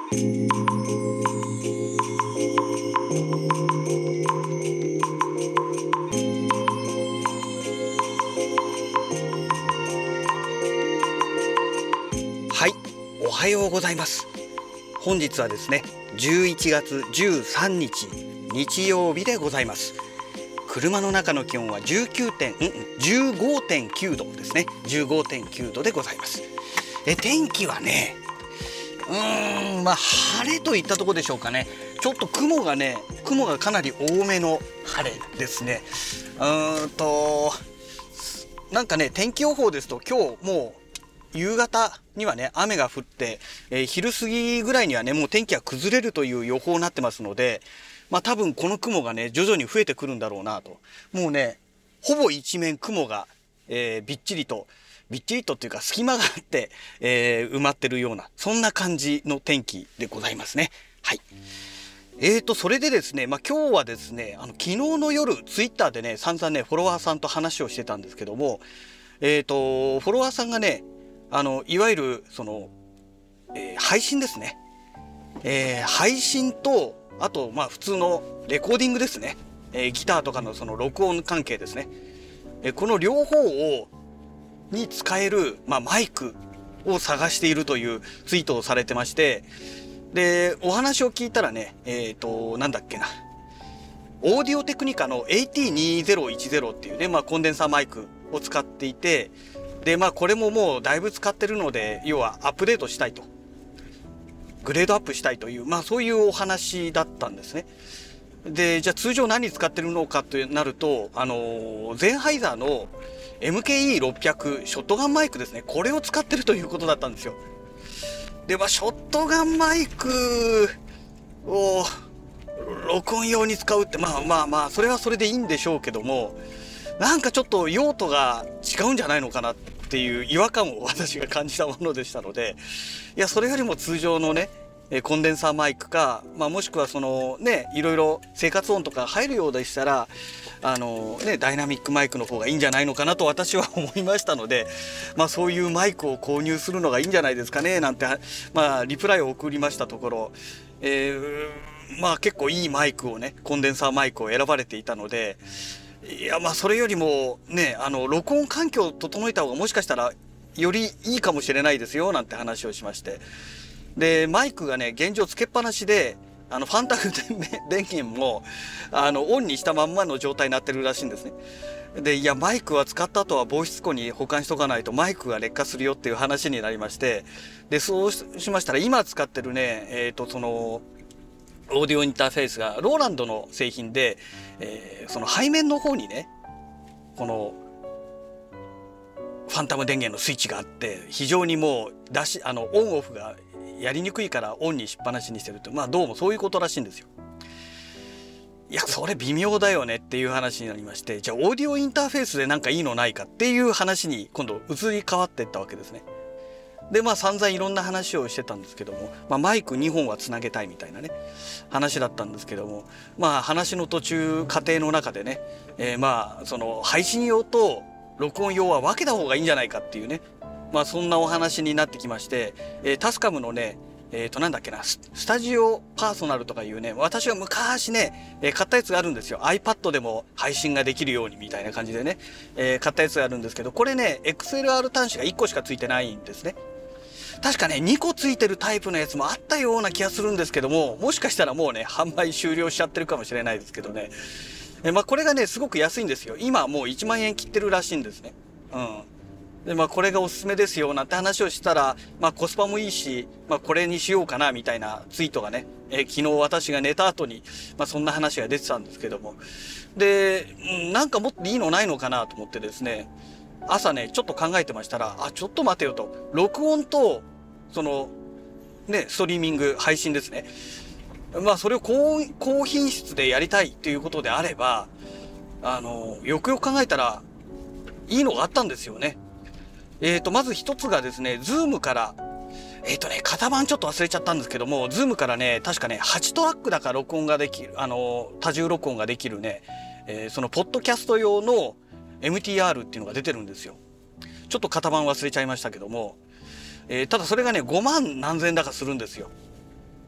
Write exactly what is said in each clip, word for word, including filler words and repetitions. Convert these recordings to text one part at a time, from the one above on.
はい、おはようございます。本日はですね、じゅういちがつじゅうさんにち日曜日でございます。車の中の気温はじゅうきゅうてん、じゅうごてんきゅうどですね。じゅうごてんきゅうどでございます。え天気はね、うーんまあ晴れといったところでしょうかね。ちょっと雲がね、雲がかなり多めの晴れですね。うーんとなんかね、天気予報ですと今日もう夕方にはね雨が降って、えー、昼過ぎぐらいにはねもう天気が崩れるという予報になってますので、まあ多分この雲がね徐々に増えてくるんだろうなと。もうねほぼ一面雲が、えー、びっちりとびっちりとっていうか隙間があって、えー、埋まってるようなそんな感じの天気でございますね。はい。えーとそれでですね、まあ、今日はですねあの昨日の夜ツイッターでね散々ねフォロワーさんと話をしてたんですけども、えーとフォロワーさんがねあのいわゆるその、えー、配信ですね、えー、配信とあとまあ普通のレコーディングですね、えー、ギターとかのその録音関係ですね、えー、この両方をに使える、まあ、マイクを探しているというツイートをされてまして、でお話を聞いたらねえっとなんだっけなオーディオテクニカの エーティーにせんじゅう っていうね、まあ、コンデンサーマイクを使っていて、でまあこれももうだいぶ使ってるので要はアップデートしたいと、グレードアップしたいという、まあそういうお話だったんですね。でじゃあ通常何使ってるのかとなると、あのゼンハイザーの エムケーイーろっぴゃく ショットガンマイクですね、これを使ってるということだったんですよ。でまあショットガンマイクを録音用に使うってまあまあまあそれはそれでいいんでしょうけども、なんかちょっと用途が違うんじゃないのかなっていう違和感を私が感じたものでしたので、いやそれよりも通常のねコンデンサーマイクか、まあ、もしくはそのねいろいろ生活音とか入るようでしたらあのねダイナミックマイクの方がいいんじゃないのかなと私は思いましたので、まあそういうマイクを購入するのがいいんじゃないですかねなんてまあリプライを送りましたところ、えー、まあ結構いいマイクをねコンデンサーマイクを選ばれていたので、いやまあそれよりもねあの録音環境を整えた方がもしかしたらよりいいかもしれないですよなんて話をしまして、でマイクがね現状つけっぱなしであのファンタグ電源もあのオンにしたまんまの状態になってるらしいんですね。でいやマイクは使った後は防湿庫に保管しとかないとマイクが劣化するよっていう話になりまして、でそうしましたら今使ってるねえっとそのオーディオインターフェースがローランドの製品で、えー、その背面の方にねこのファンタム電源のスイッチがあって非常にもう出しあのオンオフがやりにくいからオンにしっぱなしにしてると、まあどうもそういうことらしいんですよ。いやそれ微妙だよねっていう話になりまして、じゃあオーディオインターフェースでなんかいいのないかっていう話に今度移り変わっていったわけですね。でまあ散々いろんな話をしてたんですけども、まあ、マイクにほんはつなげたいみたいなね話だったんですけども、まあ話の途中過程の中でね、えー、まあその配信用と録音用は分けた方がいいんじゃないかっていうね、まあそんなお話になってきまして、えー、タスカムのねえーとなんだっけなスタジオパーソナルとかいうね私は昔ね、えー、買ったやつがあるんですよ。 iPad でも配信ができるようにみたいな感じでね、えー、買ったやつがあるんですけど、これね エックスエルアール 端子がいっこしかついてないんですね。確かねにこついてるタイプのやつもあったような気がするんですけども、もしかしたらもうね販売終了しちゃってるかもしれないですけどね、えまあこれがねすごく安いんですよ。今もういちまんえん切ってるらしいんですね。うんでまあこれがおすすめですよなんて話をしたら、まあコスパもいいし、まあこれにしようかなみたいなツイートがね、えー、昨日私が寝た後に、まあそんな話が出てたんですけども、で、うん、なんかもっといいのないのかなと思ってですね、朝ねちょっと考えてましたら、あちょっと待てよと、録音とそのねストリーミング配信ですね、まあそれを高高品質でやりたいということであれば、あのよくよく考えたらいいのがあったんですよね。えーとまず一つがですね、ズームからえっとね型番ちょっと忘れちゃったんですけども、ズームからね確かねはちトラックだから録音ができる、あの多重録音ができるね、えー、そのポッドキャスト用の エムティーアール っていうのが出てるんですよ。ちょっと型番忘れちゃいましたけども、えー、ただそれがねごまん何千だかするんですよ。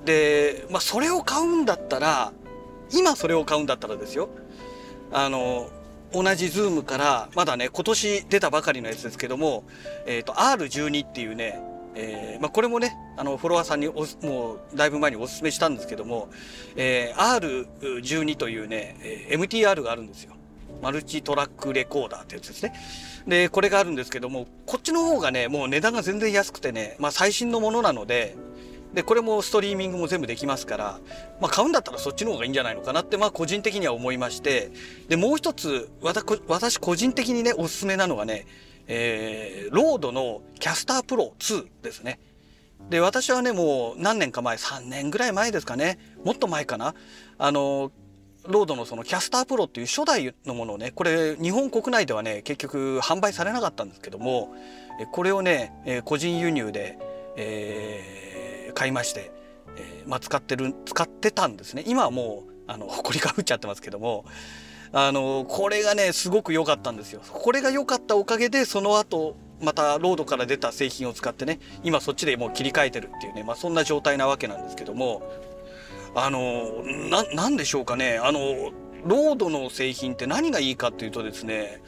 で、まあ、それを買うんだったら今それを買うんだったらですよ、あの同じズームからまだね今年出たばかりのやつですけども、えー、と アールじゅうに っていうね、えーまあ、これもねあのフォロワーさんにおもうだいぶ前にお勧めしたんですけども、えー、アールじゅうに というね エムティーアール があるんですよ。マルチトラックレコーダーってやつですね。でこれがあるんですけども、こっちの方がねもう値段が全然安くてね、まあ、最新のものなので、でこれもストリーミングも全部できますから、まあ、買うんだったらそっちの方がいいんじゃないのかなって、まあ、個人的には思いまして、でもう一つ私私個人的にねおすすめなのがね、えー、ロードのキャスタープロツーですね。で私はねもう何年か前、さんねんぐらい前ですかね、もっと前かな、あのロードのそのキャスタープロっていう初代のものをね、これ日本国内ではね結局販売されなかったんですけども、これをね個人輸入で、えー買いまして、えーまあ、使ってる使ってたんですね。今はもうあの埃が降っちゃってますけども、あのこれがねすごく良かったんですよ。これが良かったおかげでその後またロードから出た製品を使ってね、今そっちでもう切り替えてるっていうね、まあ、そんな状態なわけなんですけども、あのななんでしょうかね、あのロードの製品って何がいいかっていうとですね、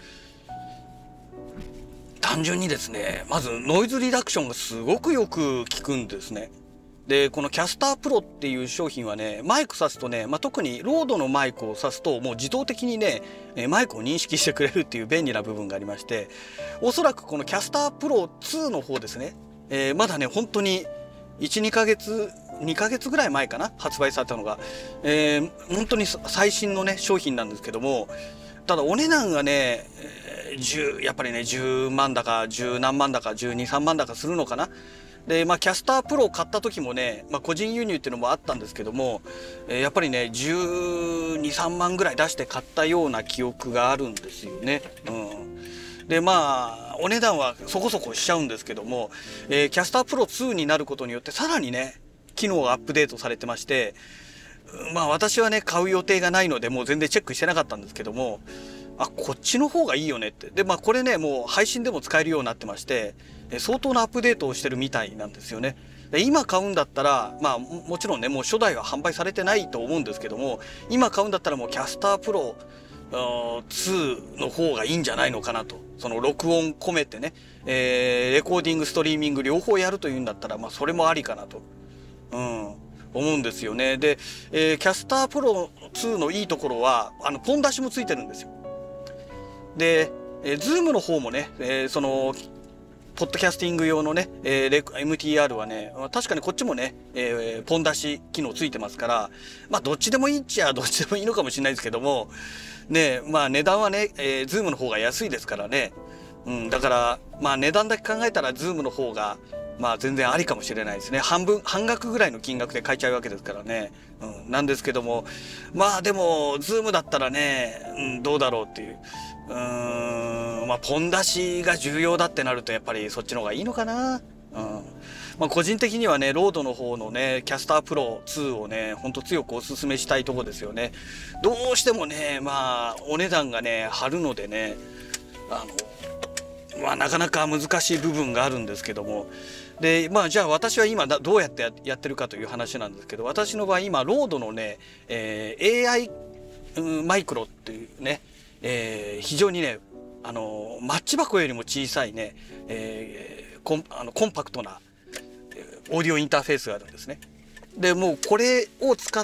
単純にですね、まずノイズリダクションがすごくよく効くんですね。でこのキャスタープロっていう商品はね、マイク挿すとね、まあ、特にロードのマイクを挿すともう自動的にねマイクを認識してくれるっていう便利な部分がありまして、おそらくこのキャスタープロツーの方ですね、えー、まだね本当にいち、にかげつにかげつぐらい前かな発売されたのが、えー、本当に最新のね商品なんですけども、ただお値段がね、えー、じゅうやっぱりねじゅうまんだかじゅうなんまんだかじゅうに、さんまんだかするのかな。でまあ、キャスタープロを買った時もね、まあ、個人輸入っていうのもあったんですけども、えー、やっぱりねじゅうに、さんまんぐらい出して買ったような記憶があるんですよね。うん、でまあお値段はそこそこしちゃうんですけども、えー、キャスタープロツーになることによってさらにね機能がアップデートされてまして、まあ私はね買う予定がないのでもう全然チェックしてなかったんですけども、あこっちの方がいいよねって。でまあこれねもう配信でも使えるようになってまして、相当なアップデートをしてるみたいなんですよね。で今買うんだったらまあ も, もちろんねもう初代は販売されてないと思うんですけども、今買うんだったらもうキャスタープロツーの方がいいんじゃないのかなと。その録音込めてね、えー、レコーディングストリーミング両方やるというんだったらまあそれもありかなと、うん、思うんですよね。で、えー、キャスタープロツーのいいところはあのポン出しもついてるんですよ。で、えー、ズームの方もね、えー、そのポッドキャスティング用のね、えー、エムティーアール はね確かにこっちもね、えー、ポン出し機能ついてますから、まあどっちでもいいっちゃどっちでもいいのかもしれないですけどもね、まあ値段はね、えー、ズームの方が安いですからね、うん、だからまあ値段だけ考えたらズームの方がまあ全然ありかもしれないですね。半分半額ぐらいの金額で買えちゃうわけですからね、うん、なんですけども、まあでもズームだったらね、うん、どうだろうっていう、うーんまあポン出しが重要だってなるとやっぱりそっちの方がいいのかな。うんまあ、個人的にはねロードの方のねキャスタープロツーをねほんと強くおすすめしたいとこですよね。どうしてもねまあお値段がね張るのでね、あのまあなかなか難しい部分があるんですけども、でまあじゃあ私は今どうやってやってるかという話なんですけど、私の場合今ロードのね、えー、エーアイ、うん、マイクロっていうね、えー、非常にねあのマッチ箱よりも小さいね、えー、コンあのコンパクトなオーディオインターフェースがあるんですね。でもうこれを使って、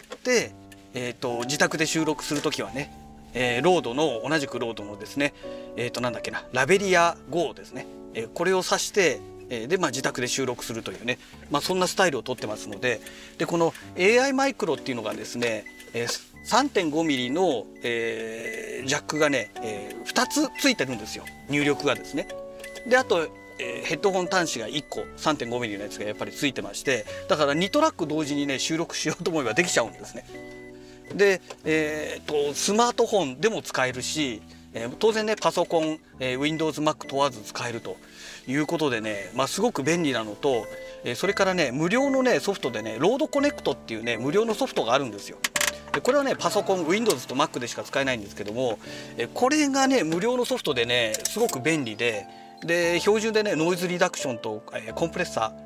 えー、と自宅で収録するときはね、えー、ロードの同じくロードのですね、えー、となんだっけなラベリア ゴー ですね、えー、これを挿して、えー、で、まあ、自宅で収録するというね、まあ、そんなスタイルをとってますので、でこの エーアイ マイクロっていうのがですね、えー、さんてんごミリの、えー、ジャックがね、えー、ふたつついてるんですよ、入力がですね。であとえー、ヘッドホン端子がいっこ さんてんごミリのやつがやっぱりついてまして、だからにトラック同時にね収録しようと思えばできちゃうんですね。で、えー、とスマートフォンでも使えるし、えー、当然ねパソコン、えー、Windows Mac 問わず使えるということでね、まあ、すごく便利なのと、えー、それからね無料のねソフトでねロードコネクトっていうね無料のソフトがあるんですよ。でこれはねパソコン Windows と Mac でしか使えないんですけども、えー、これがね無料のソフトでねすごく便利で、で標準でねノイズリダクションと、えー、コンプレッサ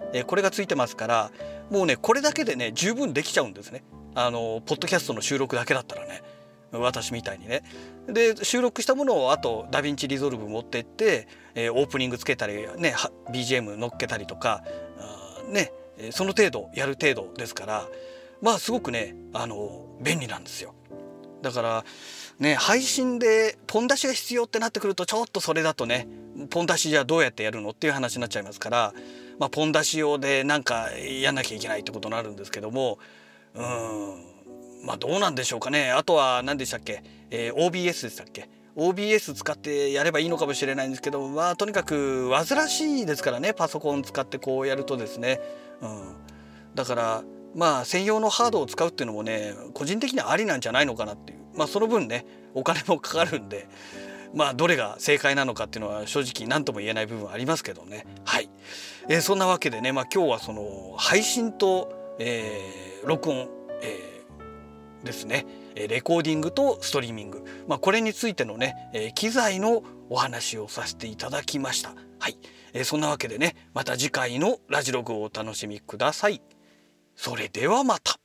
えー、これがついてますから、もうねこれだけでね十分できちゃうんですね。あのポッドキャストの収録だけだったらね、私みたいにね。で収録したものをあとダヴィンチリゾルブ持ってって、えー、オープニングつけたりね ビージーエム 乗っけたりとかあねその程度やる程度ですから、まあすごくねあの便利なんですよ。だからね配信でポン出しが必要ってなってくると、ちょっとそれだとねポン出しじゃどうやってやるのっていう話になっちゃいますから、まあ、ポン出し用でなんかやんなきゃいけないってことになるんですけども、うーんまあどうなんでしょうかね。あとは何でしたっけ、えー、オービーエス でしたっけ。 オービーエス 使ってやればいいのかもしれないんですけど、まあとにかく煩わしいですからね、パソコン使ってこうやるとですね、うん、だからまあ専用のハードを使うっていうのもね個人的にはありなんじゃないのかなっていう、まあその分ねお金もかかるんで、まあどれが正解なのかっていうのは正直何とも言えない部分ありますけどね。はい、えー、そんなわけでね、まあ今日はその配信と、えー、録音、えーですね、レコーディングとストリーミング、まあ、これについてのね、えー、機材のお話をさせていただきました。はい、えー、そんなわけでねまた次回のラジログをお楽しみください。それではまた。